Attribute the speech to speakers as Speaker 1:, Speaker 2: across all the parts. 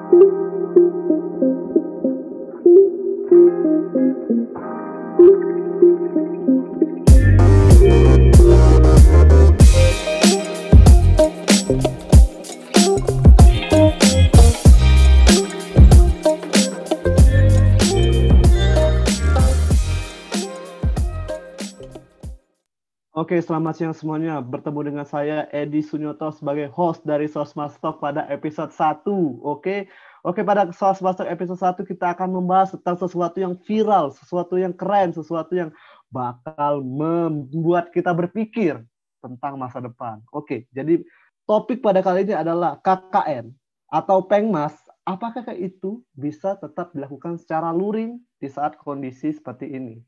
Speaker 1: Oke, selamat siang semuanya. Bertemu dengan saya Edi Sunyoto sebagai host dari Sosmas Talk pada episode 1. Oke, pada Sosmas Talk episode 1 kita akan membahas tentang sesuatu yang viral, sesuatu yang keren, sesuatu yang bakal membuat kita berpikir tentang masa depan. Oke, jadi topik pada kali ini adalah KKN atau Pengmas. Apakah itu bisa tetap dilakukan secara luring di saat kondisi seperti ini?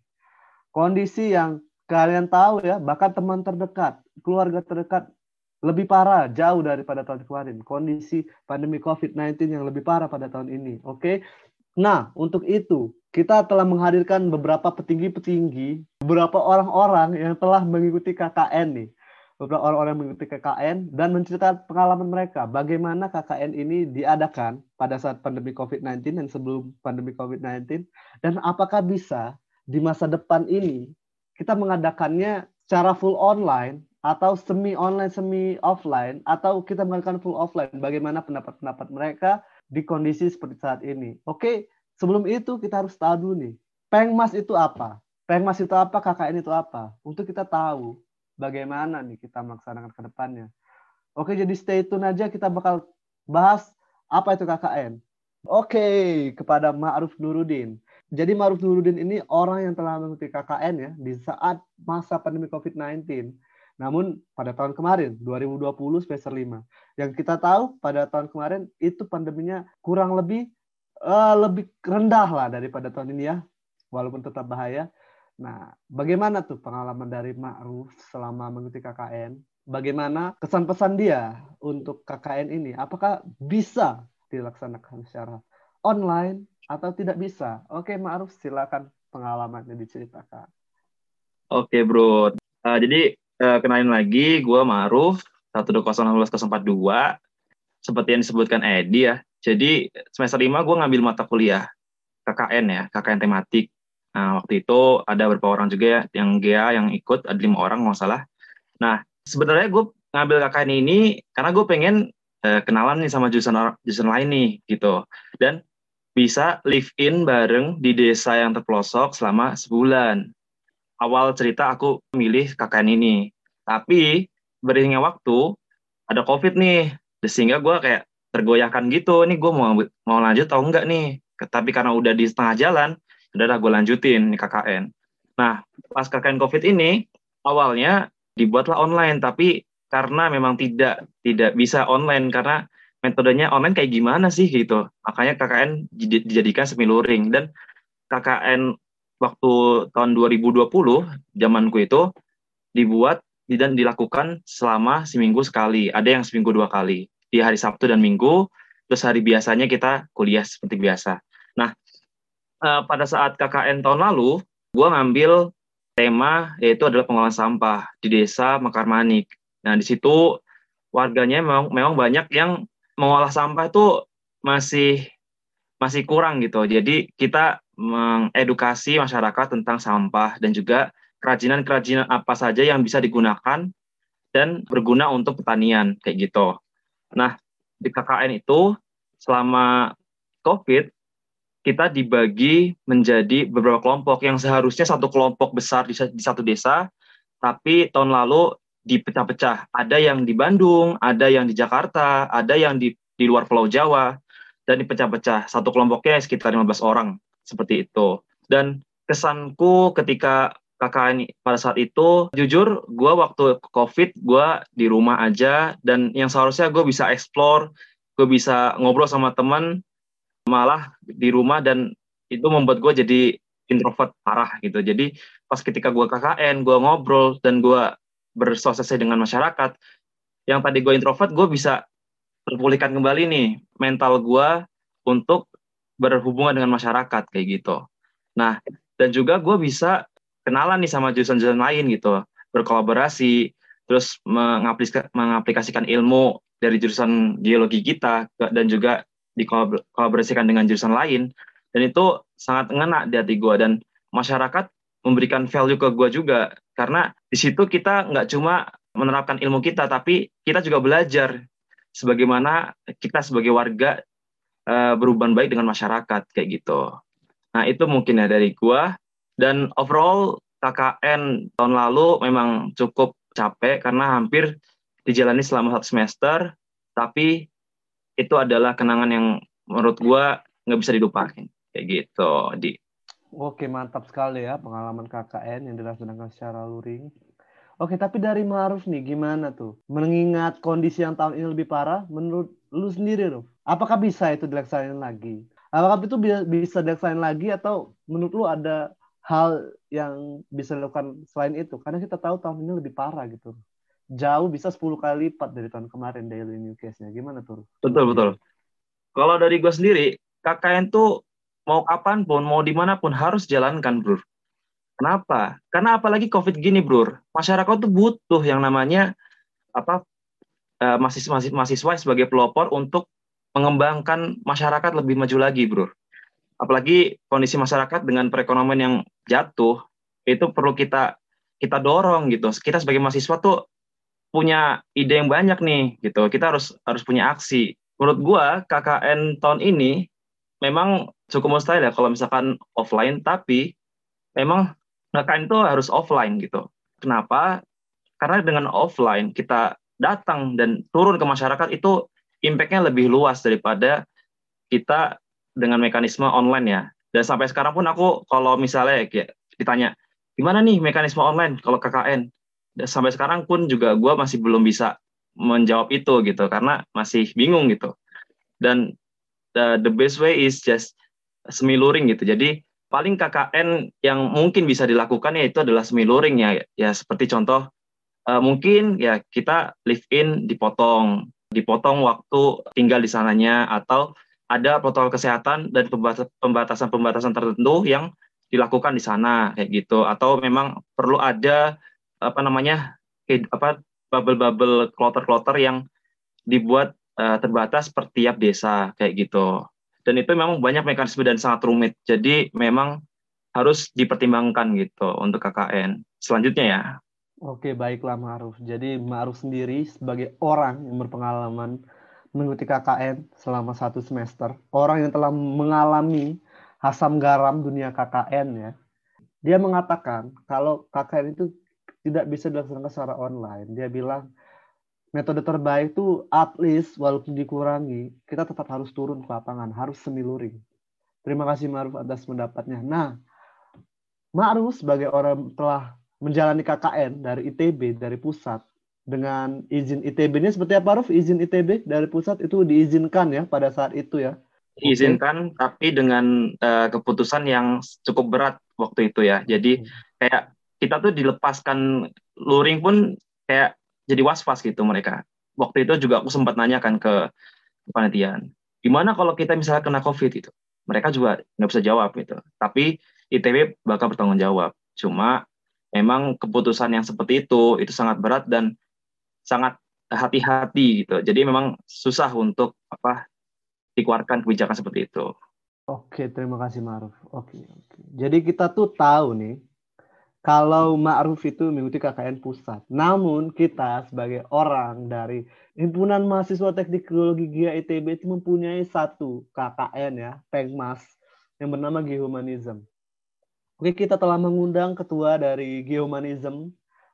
Speaker 1: Kondisi yang kalian tahu ya, bahkan teman terdekat, keluarga terdekat lebih parah jauh daripada tahun kemarin. Kondisi pandemi COVID-19 yang lebih parah pada tahun ini. Oke. Nah, untuk itu kita telah menghadirkan beberapa petinggi-petinggi, beberapa orang-orang yang telah mengikuti KKN nih. Beberapa orang-orang yang mengikuti KKN dan menceritakan pengalaman mereka. Bagaimana KKN ini diadakan pada saat pandemi COVID-19 dan sebelum pandemi COVID-19. Dan apakah bisa di masa depan ini kita mengadakannya secara full online atau semi online, semi offline, atau kita mengadakan full offline. Bagaimana pendapat-pendapat mereka di kondisi seperti saat ini. Oke, sebelum itu kita harus tahu dulu nih, Pengmas itu apa? Pengmas itu apa? KKN itu apa? Untuk kita tahu bagaimana nih kita melaksanakan ke depannya. Oke, jadi stay tune aja, kita bakal bahas apa itu KKN. Oke, kepada Ma'ruf Nuruddin. Jadi Ma'ruf Nuruddin ini orang yang telah mengikuti KKN ya di saat masa pandemi COVID-19. Namun pada tahun kemarin, 2020 semester 5. Yang kita tahu pada tahun kemarin itu pandeminya kurang lebih lebih rendah lah daripada tahun ini ya. Walaupun tetap bahaya. Nah, bagaimana tuh pengalaman dari Ma'ruf selama mengikuti KKN? Bagaimana kesan pesan dia untuk KKN ini? Apakah bisa dilaksanakan secara online atau tidak bisa? Oke, Ma'ruf, silakan pengalamannya diceritakan.
Speaker 2: Oke, bro. Jadi, kenalin lagi, gue Ma'ruf, 1201642. Seperti yang disebutkan Edi ya. Jadi, semester 5 gue ngambil mata kuliah KKN ya, KKN tematik. Nah, waktu itu ada beberapa orang juga ya, yang GEA yang ikut, ada 5 orang nggak salah. Nah, sebenarnya gue ngambil KKN ini karena gue pengen kenalan nih sama jurusan lain nih, gitu. Dan bisa live in bareng di desa yang terpelosok selama sebulan. Awal cerita aku milih KKN ini. Tapi beriringnya waktu ada COVID nih, sehingga gue kayak tergoyahkan gitu. Nih gue mau lanjut atau enggak nih? Tapi karena udah di setengah jalan, udahlah gue lanjutin nih KKN. Nah, pas KKN COVID ini awalnya dibuatlah online, tapi karena memang tidak bisa online karena metodenya online kayak gimana sih gitu. Makanya KKN dijadikan semi luring. Dan KKN waktu tahun 2020 zamanku itu dibuat dan dilakukan selama seminggu sekali. Ada yang seminggu 2 kali di hari Sabtu dan Minggu. Terus hari biasanya kita kuliah seperti biasa. Nah, pada saat KKN tahun lalu, gue ngambil tema yaitu adalah pengolahan sampah di desa Mekarmanik. Nah, di situ warganya memang banyak yang mengolah sampah itu masih kurang gitu. Jadi kita mengedukasi masyarakat tentang sampah dan juga kerajinan-kerajinan apa saja yang bisa digunakan dan berguna untuk pertanian kayak gitu. Nah, di KKN itu selama COVID kita dibagi menjadi beberapa kelompok yang seharusnya satu kelompok besar di satu desa, tapi tahun lalu dipecah-pecah. Ada yang di Bandung, ada yang di Jakarta, ada yang di luar Pulau Jawa, dan dipecah-pecah. Satu kelompoknya sekitar 15 orang, seperti itu. Dan kesanku ketika KKN pada saat itu, jujur, gue waktu COVID, gue di rumah aja, dan yang seharusnya gue bisa explore, gue bisa ngobrol sama teman, malah di rumah, dan itu membuat gue jadi introvert parah gitu. Jadi pas ketika gue KKN, gue ngobrol, dan gue bersosialisasi dengan masyarakat, yang tadi gue introvert, gue bisa terpulihkan kembali nih mental gue untuk berhubungan dengan masyarakat kayak gitu. Nah, dan juga gue bisa kenalan nih sama jurusan-jurusan lain gitu, berkolaborasi, terus mengaplikasikan ilmu dari jurusan geologi kita dan juga dikolaborasikan dengan jurusan lain, dan itu sangat ngena di hati gue, dan masyarakat memberikan value ke gue juga, karena di situ kita nggak cuma menerapkan ilmu kita, tapi kita juga belajar sebagaimana kita sebagai warga berhubungan baik dengan masyarakat kayak gitu. Nah itu mungkin ya dari gue, dan overall KKN tahun lalu memang cukup capek karena hampir dijalani selama 1 semester, tapi itu adalah kenangan yang menurut gue nggak bisa dilupain kayak gitu.
Speaker 1: Oke, mantap sekali ya pengalaman KKN yang dilaksanakan secara luring. Oke, tapi dari Ma'ruf nih, gimana tuh? Mengingat kondisi yang tahun ini lebih parah, menurut lu sendiri, Ruf, apakah bisa itu dilaksanain lagi? Apakah itu bisa dilaksanain lagi atau menurut lu ada hal yang bisa dilakukan selain itu? Karena kita tahu tahun ini lebih parah gitu. Jauh bisa 10 kali lipat dari tahun kemarin daily new case-nya. Gimana tuh?
Speaker 2: Betul, betul. Kalau dari gue sendiri, KKN tuh mau kapanpun, mau dimanapun harus jalankan, bro. Kenapa? Karena apalagi COVID gini, bro. Masyarakat tuh butuh yang namanya apa mahasiswa sebagai pelopor untuk mengembangkan masyarakat lebih maju lagi, bro. Apalagi kondisi masyarakat dengan perekonomian yang jatuh, itu perlu kita dorong gitu. Kita sebagai mahasiswa tuh punya ide yang banyak nih gitu. Kita harus punya aksi. Menurut gua KKN tahun ini memang cukup mustahil ya kalau misalkan offline, tapi memang KKN itu harus offline gitu. Kenapa? Karena dengan offline kita datang dan turun ke masyarakat itu impact-nya lebih luas daripada kita dengan mekanisme online ya. Dan sampai sekarang pun aku kalau misalnya kayak ditanya, gimana nih mekanisme online kalau KKN? Dan sampai sekarang pun juga gue masih belum bisa menjawab itu gitu, karena masih bingung gitu. Dan the best way is just semi luring gitu. Jadi paling KKN yang mungkin bisa dilakukan ya itu adalah semi luring ya. Ya seperti contoh mungkin ya kita live in dipotong waktu tinggal di sananya, atau ada protokol kesehatan dan pembatasan tertentu yang dilakukan di sana kayak gitu, atau memang perlu ada bubble-bubble kloter-kloter yang dibuat terbatas per tiap desa kayak gitu. Dan itu memang banyak mekanisme dan sangat rumit. Jadi memang harus dipertimbangkan gitu untuk KKN. Selanjutnya ya.
Speaker 1: Oke, baiklah Ma'ruf. Jadi Ma'ruf sendiri sebagai orang yang berpengalaman mengikuti KKN selama 1 semester, orang yang telah mengalami asam garam dunia KKN ya, dia mengatakan kalau KKN itu tidak bisa dilaksanakan secara online. Dia bilang metode terbaik itu at least walaupun dikurangi, kita tetap harus turun ke lapangan, harus semi luring. Terima kasih Ma'ruf atas pendapatnya. Nah, Ma'ruf sebagai orang telah menjalani KKN dari ITB, dari pusat, dengan izin ITB-nya seperti apa, Ruf? Izin ITB dari pusat itu diizinkan ya pada saat itu ya?
Speaker 2: Diizinkan, tapi dengan keputusan yang cukup berat waktu itu ya. Jadi kayak kita tuh dilepaskan luring pun kayak jadi was-was gitu mereka. Waktu itu juga aku sempat nanyakan ke kepanitiaan, gimana kalau kita misalnya kena COVID itu? Mereka juga nggak bisa jawab gitu. Tapi ITB bakal bertanggung jawab. Cuma memang keputusan yang seperti itu sangat berat dan sangat hati-hati gitu. Jadi memang susah untuk dikeluarkan kebijakan seperti itu.
Speaker 1: Oke, terima kasih Ma'ruf. Oke. Jadi kita tuh tahu nih, kalau Ma'ruf itu mengikuti KKN pusat. Namun kita sebagai orang dari Himpunan Mahasiswa Teknik Geologi GIA ITB itu mempunyai satu KKN ya, Pengmas, yang bernama Geohumanism. Oke, kita telah mengundang ketua dari Geohumanism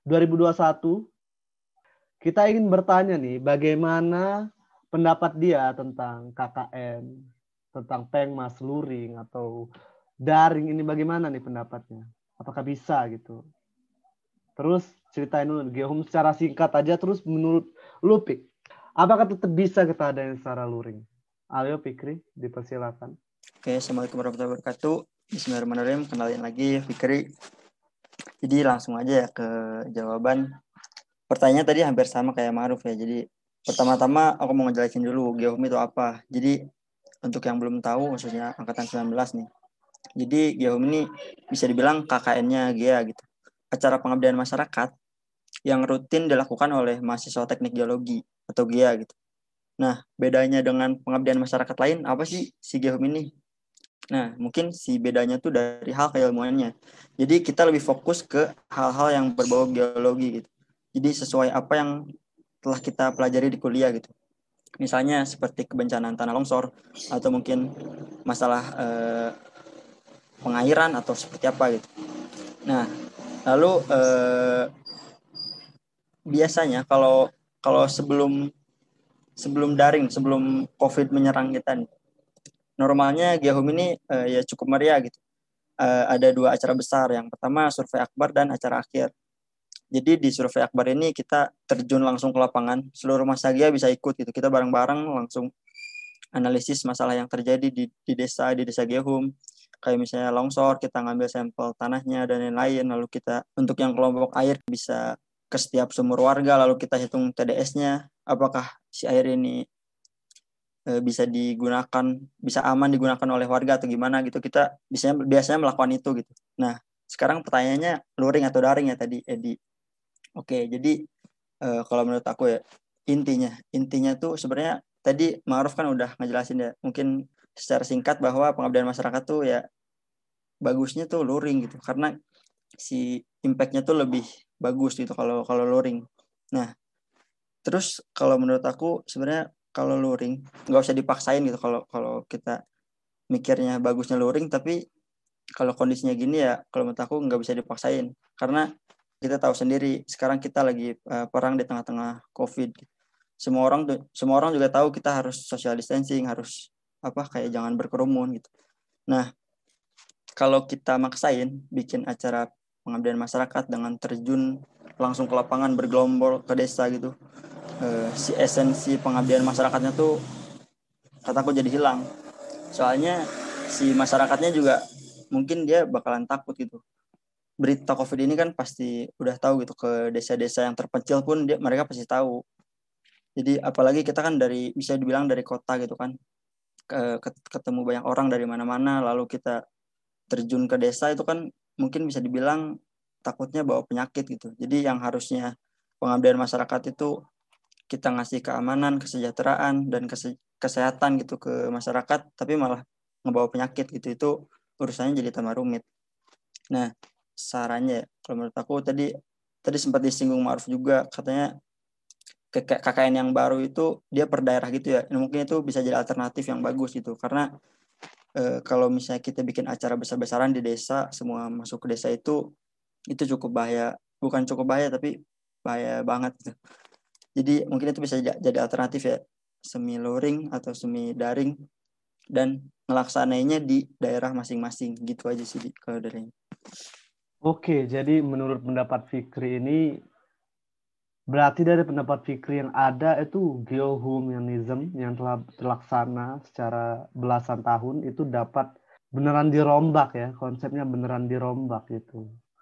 Speaker 1: 2021. Kita ingin bertanya nih, bagaimana pendapat dia tentang KKN, tentang Pengmas, luring, atau daring ini, bagaimana nih pendapatnya? Apakah bisa gitu? Terus ceritain dulu, Geohum secara singkat aja, terus menurut lu, Pik, apakah tetap bisa kita adain secara luring? Ayo, Fikri, dipersilakan.
Speaker 3: Oke, Assalamualaikum warahmatullahi wabarakatuh. Bismillahirrahmanirrahim, kenalin lagi Fikri. Jadi langsung aja ya ke jawaban. Pertanyaannya tadi hampir sama kayak Ma'ruf ya. Jadi pertama-tama aku mau ngejelasin dulu Geohum itu apa. Jadi untuk yang belum tahu, maksudnya angkatan 19 nih. Jadi Geohum ini bisa dibilang KKN-nya GEA gitu. Acara pengabdian masyarakat yang rutin dilakukan oleh mahasiswa teknik geologi atau GEA gitu. Nah, bedanya dengan pengabdian masyarakat lain apa sih si Gehum ini? Nah, mungkin si bedanya tuh dari hal keilmuannya. Jadi kita lebih fokus ke hal-hal yang berbau geologi gitu. Jadi sesuai apa yang telah kita pelajari di kuliah gitu. Misalnya seperti kebencanaan tanah longsor atau mungkin masalah pengairan atau seperti apa gitu. Nah, lalu biasanya kalau sebelum daring, sebelum COVID menyerang kita nih, normalnya Gehum ini ya cukup meriah gitu. Ada 2 acara besar. Yang pertama survei akbar dan acara akhir. Jadi di survei akbar ini kita terjun langsung ke lapangan, seluruh Masagia bisa ikut gitu. Kita bareng-bareng langsung analisis masalah yang terjadi di desa Gehum. Kayak misalnya longsor, kita ngambil sampel tanahnya dan lain-lain. Lalu kita untuk yang kelompok air bisa ke setiap sumur warga, lalu kita hitung TDS-nya, apakah si air ini bisa digunakan, bisa aman digunakan oleh warga atau gimana gitu. Kita biasanya melakukan itu gitu. Nah, sekarang pertanyaannya luring atau daring ya tadi, Edi. Oke, jadi kalau menurut aku ya intinya tuh sebenarnya tadi Ma'ruf kan udah ngejelasin ya, mungkin secara singkat bahwa pengabdian masyarakat tuh ya bagusnya tuh luring gitu, karena si impact-nya tuh lebih bagus gitu kalau luring. Nah, terus kalau menurut aku sebenarnya kalau luring nggak usah dipaksain gitu, kalau kita mikirnya bagusnya luring, tapi kalau kondisinya gini ya kalau menurut aku nggak bisa dipaksain, karena kita tahu sendiri sekarang kita lagi perang di tengah-tengah COVID. Semua orang juga tahu kita harus social distancing, harus kayak jangan berkerumun gitu. Nah, kalau kita maksain bikin acara pengabdian masyarakat dengan terjun langsung ke lapangan, bergelombol ke desa gitu, si esensi pengabdian masyarakatnya tuh kataku jadi hilang. Soalnya si masyarakatnya juga mungkin dia bakalan takut gitu. Berita COVID ini kan pasti udah tahu gitu, ke desa-desa yang terpencil pun mereka pasti tahu. Jadi apalagi kita kan bisa dibilang dari kota gitu kan, ketemu banyak orang dari mana-mana, lalu kita terjun ke desa itu kan mungkin bisa dibilang takutnya bawa penyakit gitu. Jadi yang harusnya pengabdian masyarakat itu kita ngasih keamanan, kesejahteraan, dan kesehatan gitu ke masyarakat, tapi malah ngebawa penyakit gitu, itu urusannya jadi tambah rumit. Nah, sarannya kalau menurut aku tadi sempat disinggung Ma'ruf juga, katanya KKN yang baru itu dia per daerah gitu ya. Mungkin itu bisa jadi alternatif yang bagus gitu, karena kalau misalnya kita bikin acara besar-besaran di desa, semua masuk ke desa itu cukup bahaya. Bukan cukup bahaya, tapi bahaya banget gitu. Jadi mungkin itu bisa jadi alternatif ya, semi luring atau semi daring, dan ngelaksanainya di daerah masing-masing gitu aja sih kalau dari ini.
Speaker 1: Oke, jadi menurut pendapat Fikri ini berarti dari pendapat Fikri yang ada itu geohumanism yang telah terlaksana secara belasan tahun itu dapat beneran dirombak ya, konsepnya beneran dirombak gitu.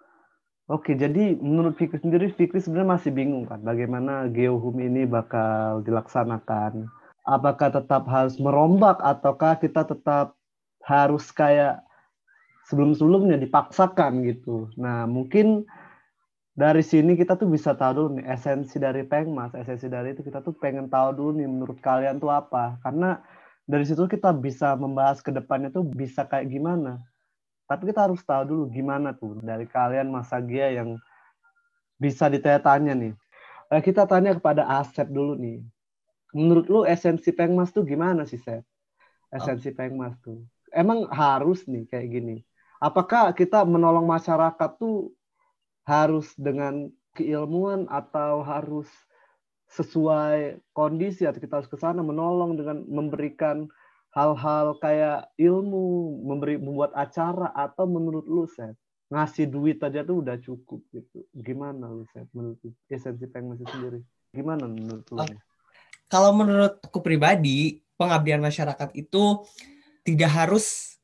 Speaker 1: Oke, jadi menurut Fikri sendiri, Fikri sebenarnya masih bingung kan bagaimana geohum ini bakal dilaksanakan. Apakah tetap harus merombak ataukah kita tetap harus kayak sebelum-sebelumnya dipaksakan gitu. Nah, mungkin dari sini kita tuh bisa tahu dulu nih esensi dari Pengmas, esensi dari itu kita tuh pengen tahu dulu nih menurut kalian tuh apa. Karena dari situ kita bisa membahas ke depannya tuh bisa kayak gimana. Tapi kita harus tahu dulu gimana tuh dari kalian Masagia yang bisa ditanya-tanya nih. Kita tanya kepada Asep dulu nih. Menurut lu esensi Pengmas tuh gimana sih, Sep? Esensi Pengmas tuh. Emang harus nih kayak gini. Apakah kita menolong masyarakat tuh harus dengan keilmuan atau harus sesuai kondisi atau kita harus ke sana menolong dengan memberikan hal-hal kayak ilmu, membuat acara, atau menurut lu, Sep, ngasih duit aja tuh udah cukup gitu. Gimana lu, Sep, menurut lu? Esensi Pengmas itu sendiri. Gimana menurut lu?
Speaker 4: Kalau menurut aku pribadi, pengabdian masyarakat itu tidak harus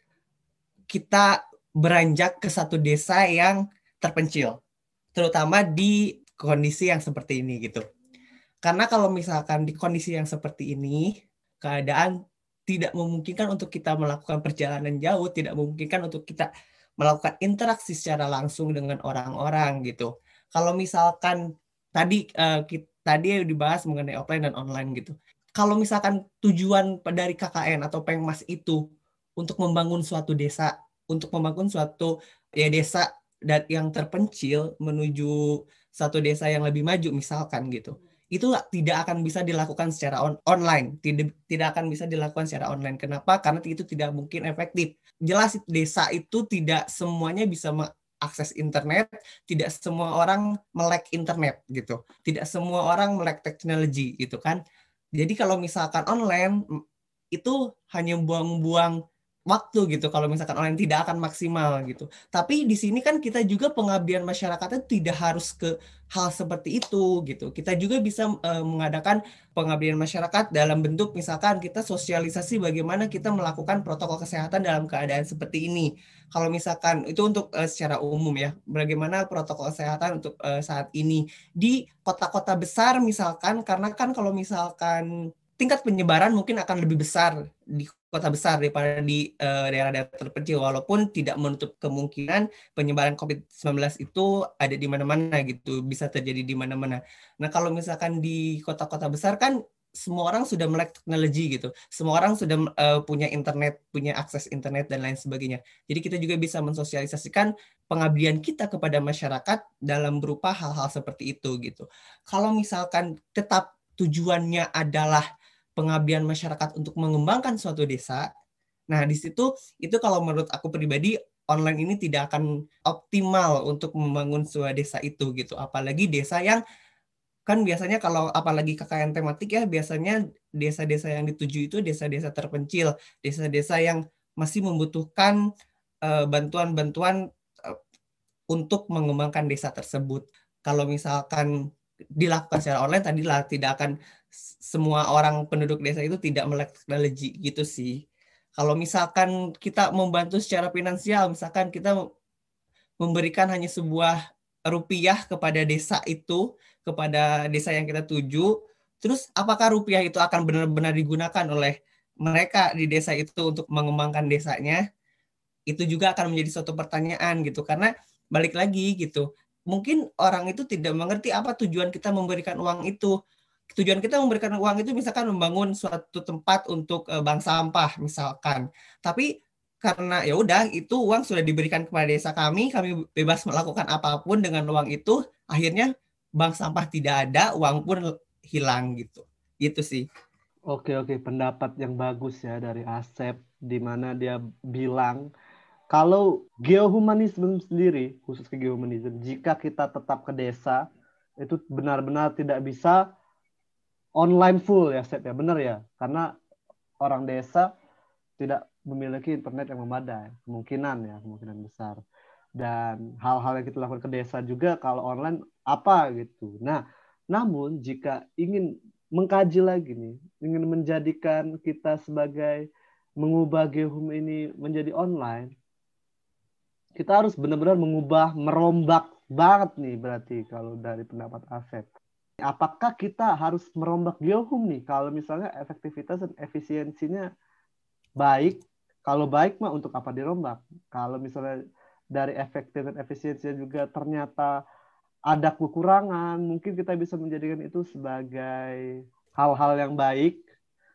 Speaker 4: kita beranjak ke satu desa yang terpencil, terutama di kondisi yang seperti ini gitu. Karena kalau misalkan di kondisi yang seperti ini, keadaan tidak memungkinkan untuk kita melakukan perjalanan jauh, tidak memungkinkan untuk kita melakukan interaksi secara langsung dengan orang-orang gitu. Kalau misalkan tadi dibahas mengenai offline dan online gitu. kalau misalkan tujuan dari KKN atau Pengmas itu untuk membangun suatu desa, untuk membangun suatu desa yang terpencil menuju satu desa yang lebih maju misalkan gitu, itu tidak akan bisa dilakukan secara online, tidak akan bisa dilakukan secara online. Kenapa? Karena itu tidak mungkin efektif. Jelas desa itu tidak semuanya bisa mengakses internet, tidak semua orang melek internet gitu, tidak semua orang melek teknologi gitu kan. Jadi kalau misalkan online itu hanya buang-buang waktu gitu. Kalau misalkan online tidak akan maksimal gitu. Tapi di sini kan kita juga pengabdian masyarakatnya tidak harus ke hal seperti itu gitu. Kita juga bisa mengadakan pengabdian masyarakat dalam bentuk misalkan kita sosialisasi bagaimana kita melakukan protokol kesehatan dalam keadaan seperti ini. Kalau misalkan itu untuk secara umum ya, bagaimana protokol kesehatan untuk saat ini di kota-kota besar misalkan, karena kan kalau misalkan tingkat penyebaran mungkin akan lebih besar di kota besar daripada di daerah-daerah terpencil, walaupun tidak menutup kemungkinan penyebaran COVID-19 itu ada di mana-mana gitu, bisa terjadi di mana-mana. Nah, kalau misalkan di kota-kota besar kan semua orang sudah melek teknologi gitu, semua orang sudah punya internet, punya akses internet dan lain sebagainya. Jadi kita juga bisa mensosialisasikan pengabdian kita kepada masyarakat dalam berupa hal-hal seperti itu gitu. Kalau misalkan tetap tujuannya adalah pengabdian masyarakat untuk mengembangkan suatu desa. Nah, di situ itu kalau menurut aku pribadi online ini tidak akan optimal untuk membangun sebuah desa itu gitu. Apalagi desa yang kan biasanya kalau apalagi KKN tematik ya, biasanya desa-desa yang dituju itu desa-desa terpencil, desa-desa yang masih membutuhkan bantuan-bantuan untuk mengembangkan desa tersebut. Kalau misalkan dilakukan secara online tadi lah tidak akan semua orang penduduk desa itu tidak melek teknologi gitu sih. Kalau misalkan kita membantu secara finansial, misalkan kita memberikan hanya sebuah rupiah kepada desa itu, kepada desa yang kita tuju, terus apakah rupiah itu akan benar-benar digunakan oleh mereka di desa itu untuk mengembangkan desanya? Itu juga akan menjadi suatu pertanyaan gitu, karena balik lagi gitu, mungkin orang itu tidak mengerti apa tujuan kita memberikan uang itu. Tujuan kita memberikan uang itu misalkan membangun suatu tempat untuk bank sampah misalkan. Tapi karena ya udah itu uang sudah diberikan kepada desa kami bebas melakukan apapun dengan uang itu, akhirnya bank sampah tidak ada, uang pun hilang gitu. Gitu sih.
Speaker 1: Oke, pendapat yang bagus ya dari Asep, di mana dia bilang kalau geohumanisme sendiri, khusus ke geohumanisme, jika kita tetap ke desa, itu benar-benar tidak bisa online full ya, Sep ya, benar ya, karena orang desa tidak memiliki internet yang memadai, kemungkinan besar. Dan hal-hal yang kita lakukan ke desa juga kalau online apa gitu. Nah, namun jika ingin mengkaji lagi nih, ingin menjadikan kita sebagai mengubah geohum ini menjadi online, kita harus benar-benar merombak banget nih berarti kalau dari pendapat Asep. Apakah kita harus merombak geohum nih kalau misalnya efektivitas dan efisiensinya baik? Kalau baik mah untuk apa dirombak? Kalau misalnya dari efektif dan efisiensinya juga ternyata ada kekurangan, mungkin kita bisa menjadikan itu sebagai hal-hal yang baik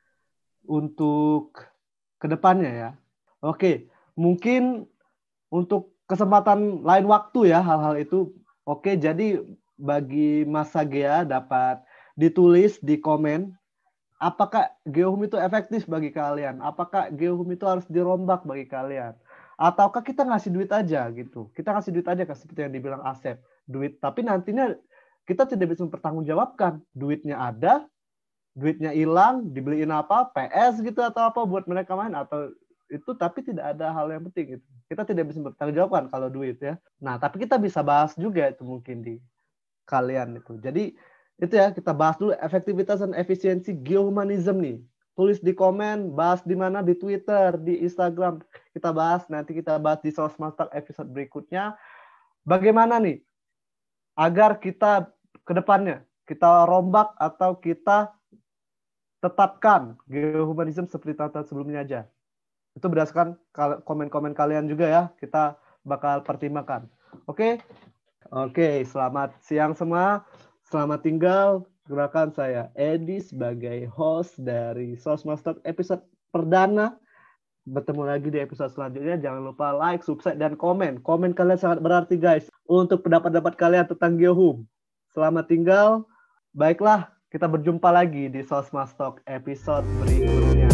Speaker 1: untuk kedepannya ya. Oke, mungkin untuk kesempatan lain waktu ya hal-hal itu. Oke, jadi bagi Mas Sagea dapat ditulis di komen apakah geohum itu efektif bagi kalian? Apakah geohum itu harus dirombak bagi kalian? Ataukah kita ngasih duit aja gitu? Kita ngasih duit aja kan seperti yang dibilang Asep, duit. Tapi nantinya kita tidak bisa mempertanggungjawabkan. Duitnya ada, duitnya hilang, dibeliin apa? PS gitu atau apa buat mereka main atau itu, tapi tidak ada hal yang penting gitu. Kita tidak bisa bertanggungjawabkan kalau duit ya. Nah, tapi kita bisa bahas juga itu mungkin di kalian itu. Jadi itu ya, kita bahas dulu efektivitas dan efisiensi geohumanism nih. Tulis di komen, bahas di mana, di Twitter, di Instagram. Kita bahas, nanti kita bahas di Sosmaster episode berikutnya. Bagaimana nih agar kita ke depannya, kita rombak atau kita tetapkan geohumanism seperti tahun-tahun sebelumnya aja. Itu berdasarkan komen-komen kalian juga ya, kita bakal pertimbangkan. Oke, selamat siang semua. Selamat tinggal. Perkenalkan saya Edi sebagai host dari Sosmas Talk episode perdana. Bertemu lagi di episode selanjutnya. Jangan lupa like, subscribe, dan komen. Komen kalian sangat berarti guys untuk pendapat-pendapat kalian tentang Geohum. Selamat tinggal. Baiklah, kita berjumpa lagi di Sosmas Talk episode berikutnya.